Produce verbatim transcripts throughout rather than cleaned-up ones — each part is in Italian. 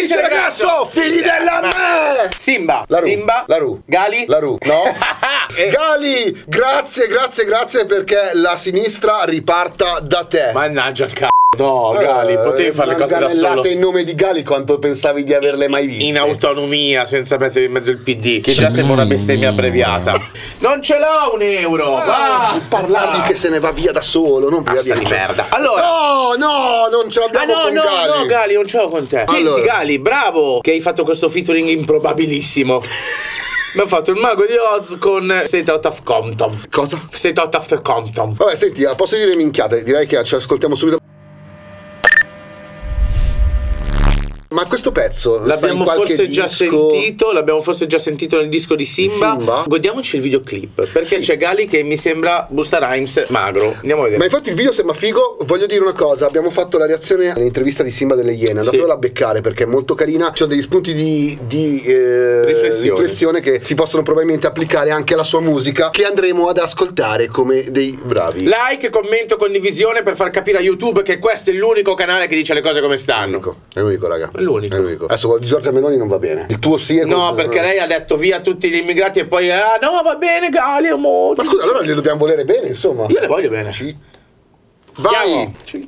dice ragazzo? Figli della me! Simba, La Ru, Simba, la Ru, Gali, la Ru, no? Gali, grazie, grazie, grazie perché la sinistra riparta da te. Mannaggia il c***o. No, Gali, potevi fare le cose da solo. in nome di Gali quanto pensavi di averle mai viste? In autonomia, senza mettere in mezzo il P D, che già sembra una bestemmia abbreviata. Non ce l'ho un euro! Ah, parlargli che se ne va via da solo, non via Basta via. di merda. Allora, no, no, non ce l'abbiamo ah, no, con no, Gali. no, Gali, non ce l'ho con te. Allora. Senti, Gali, bravo che hai fatto questo featuring improbabilissimo. Mi ha fatto il mago di Oz con State Out of Compton. Cosa? State Out of Compton. Vabbè, senti, posso dire minchiate? Direi che ci ascoltiamo subito. Ma questo pezzo l'abbiamo forse disco... già sentito, l'abbiamo forse già sentito nel disco di Simba. Simba? Godiamoci il videoclip, perché Sì. c'è Gali che mi sembra Busta Rhymes magro. Andiamo a vedere. Ma infatti il video sembra figo. Voglio dire una cosa, abbiamo fatto la reazione all'intervista di Simba delle Iene, andatevela a beccare perché è molto carina. Ci sono degli spunti di, di eh, Riflessione. riflessione che si possono probabilmente applicare anche alla sua musica, che andremo ad ascoltare come dei bravi. Like, commento, condivisione per far capire a YouTube che questo è l'unico canale che dice le cose come stanno. L'unico, è l'unico, raga. È l'unico. È l'unico. Adesso quello di Giorgia Meloni non va bene. Il tuo sì è quello No, perché lei ha detto via tutti gli immigrati e poi ah no va bene Gali amore. Ma scusa, allora le dobbiamo volere bene, insomma. Io le voglio bene. Ci... Vai! Andiamo. Che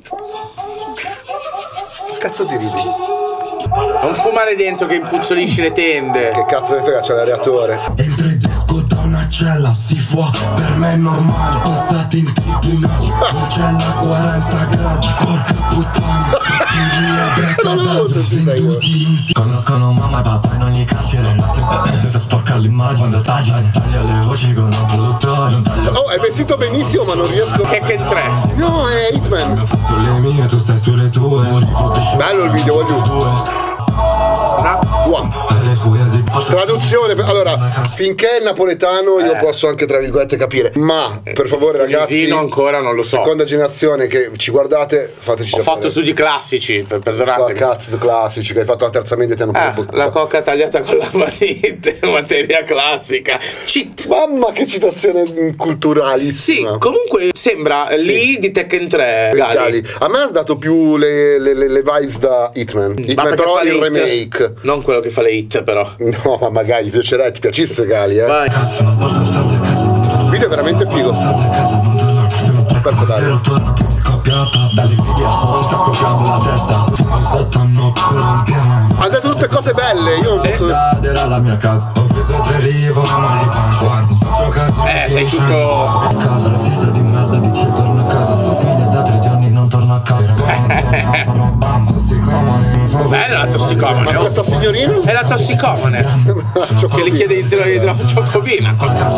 cazzo ti ridi? Non fumare dentro che impuzzolisci le tende. Che cazzo ne frega, c'è l'areatore. Entro in disco da una cella, si fa, per me è normale. Passati in tribunale, non c'è la quaranta gradi. Porca puttana, conoscono mamma e papà in ogni carcere. Se sporca l'immagine, taglia le voci con un produttore. Oh, è vestito benissimo ma non riesco. Che che tre? No, è Hitman. Io sto sulle mie, tu stai sulle tue. Bello il video, voglio. Wow. Traduzione, allora, finché è napoletano io Eh. posso anche tra virgolette capire. Ma per favore ragazzi, Tunisino ancora non lo so. seconda generazione che ci guardate, fateci Ho sapere. fatto studi classici, per Qua, perdonatemi. cazzo classici che hai fatto la terza media e ti hanno Ah, preso la coca tagliata con la manite, materia classica. Cheat. Mamma che citazione culturalissima. Sì, comunque sembra lì di Tekken tre, Gali. Gali. A me ha dato più le, le, le, le vibes da Hitman. Hitman perché però fa le il hit? remake. Non quello che fa le hit però. No, ma magari ti piacerebbe, ti piacesse Gali, eh. Vai. Il video è veramente figo. Aspetta, dai. Ha detto tutte cose belle, io non posso. Era la mia casa, ho preso tre rivo, una mano di pancia. Guardo, faccio caso. Eh, sei tutto. A casa, la sister di merda dice torna a casa. Sua figlia da tre giorni non torna a casa. Bella la tossicomane. Ma oh. questa signorina? È la tossicomane. Che le chiede di tirare la cioccolina.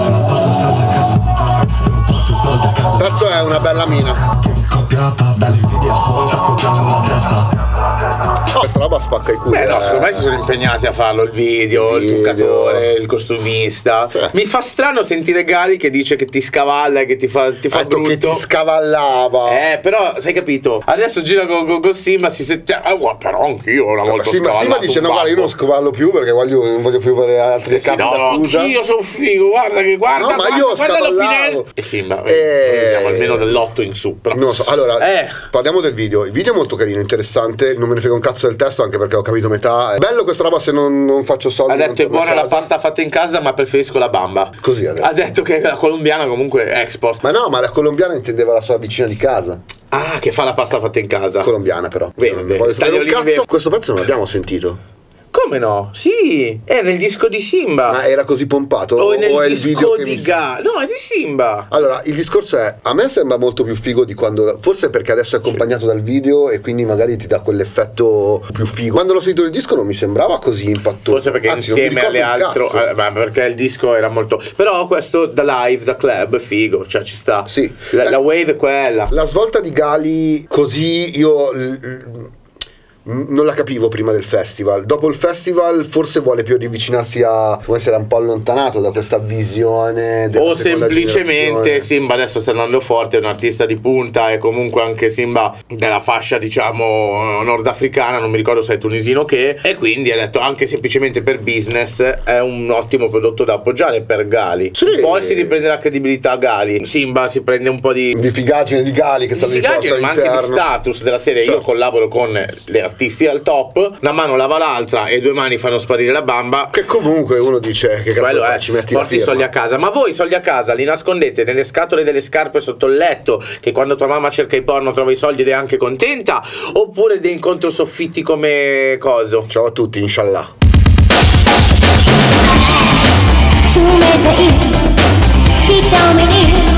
Cazzo è una bella mina. Scoppia la testa, le vedi a fuoco, sta scoppiando la testa. Oh, questa roba spacca i culi. Beh no, eh. secondo me si sono impegnati a farlo il video, Il il video. truccatore, il costumista. Sì. Mi fa strano sentire Gali che dice che ti scavalla e che ti fa, ti Ha fa detto che brutto. ti scavallava. Eh, però, sai capito? Adesso gira con, con, con Simba, si sente. Ah, guarda, però anch'io una volta Sima, Sima dice no guarda io non scavallo più perché voglio, non voglio più avere altri Sì, capi no, no, d'accusa. anch'io sono figo, guarda che guarda. No, ma guarda, io guarda scavallavo. l'opinello. E Simba, Eh. eh, siamo almeno dell'otto in su. Però. Non lo so, allora Eh. parliamo del video. Il video è molto carino, interessante. Non me ne frega un cazzo del testo, anche perché ho capito metà. È bello questa roba se non, non faccio soldi. Ha non detto è torno a buona la casa. pasta fatta in casa, ma preferisco la bamba. Così ha detto. Ha detto che la colombiana comunque è export. Ma no, ma la colombiana intendeva la sua vicina di casa. Ah, che fa la pasta fatta in casa. Colombiana però. Bene, Non bene. voglio sapere un Tagliolini cazzo. veri. Questo pezzo non l'abbiamo sentito. Come no? Sì, è nel disco di Simba. Ma era così pompato? o nel o è il disco video che di mi... Ga. No, è di Simba. Allora, il discorso è, a me sembra molto più figo di quando, forse perché adesso è accompagnato dal video e quindi magari ti dà quell'effetto più figo. Quando l'ho sentito il disco non mi sembrava così impattoso. Forse perché Anzi, non mi insieme alle ricordo un altre, cazzo. eh, ma perché il disco era molto. Però questo da live, da club, è figo, cioè ci sta. Sì. La, la wave è quella. La svolta di Gali così io l- l- non la capivo prima del festival. Dopo il festival forse vuole più riavvicinarsi a come essere un po' allontanato da questa visione della O seconda semplicemente generazione. Simba adesso sta andando forte, è un artista di punta e comunque anche Simba della fascia diciamo nordafricana, non mi ricordo se è tunisino che, e quindi ha detto anche semplicemente per business è un ottimo prodotto da appoggiare per Gali. Sì. Poi si riprende la credibilità a Gali, Simba si prende un po' di di figaggine di Gali che sta di figaggine, ma anche di status della serie. Certo. Io collaboro con le artiste artisti al top, una mano lava l'altra e due mani fanno sparire la bamba. Che comunque uno dice che cazzo Quello fa, è, ci metti porti i la firma. soldi a casa. Ma voi i soldi a casa li nascondete nelle scatole delle scarpe sotto il letto, che quando tua mamma cerca i porno trova i soldi ed è anche contenta, oppure dei controsoffitti come coso? Ciao a tutti, inshallah. 冷たい瞳に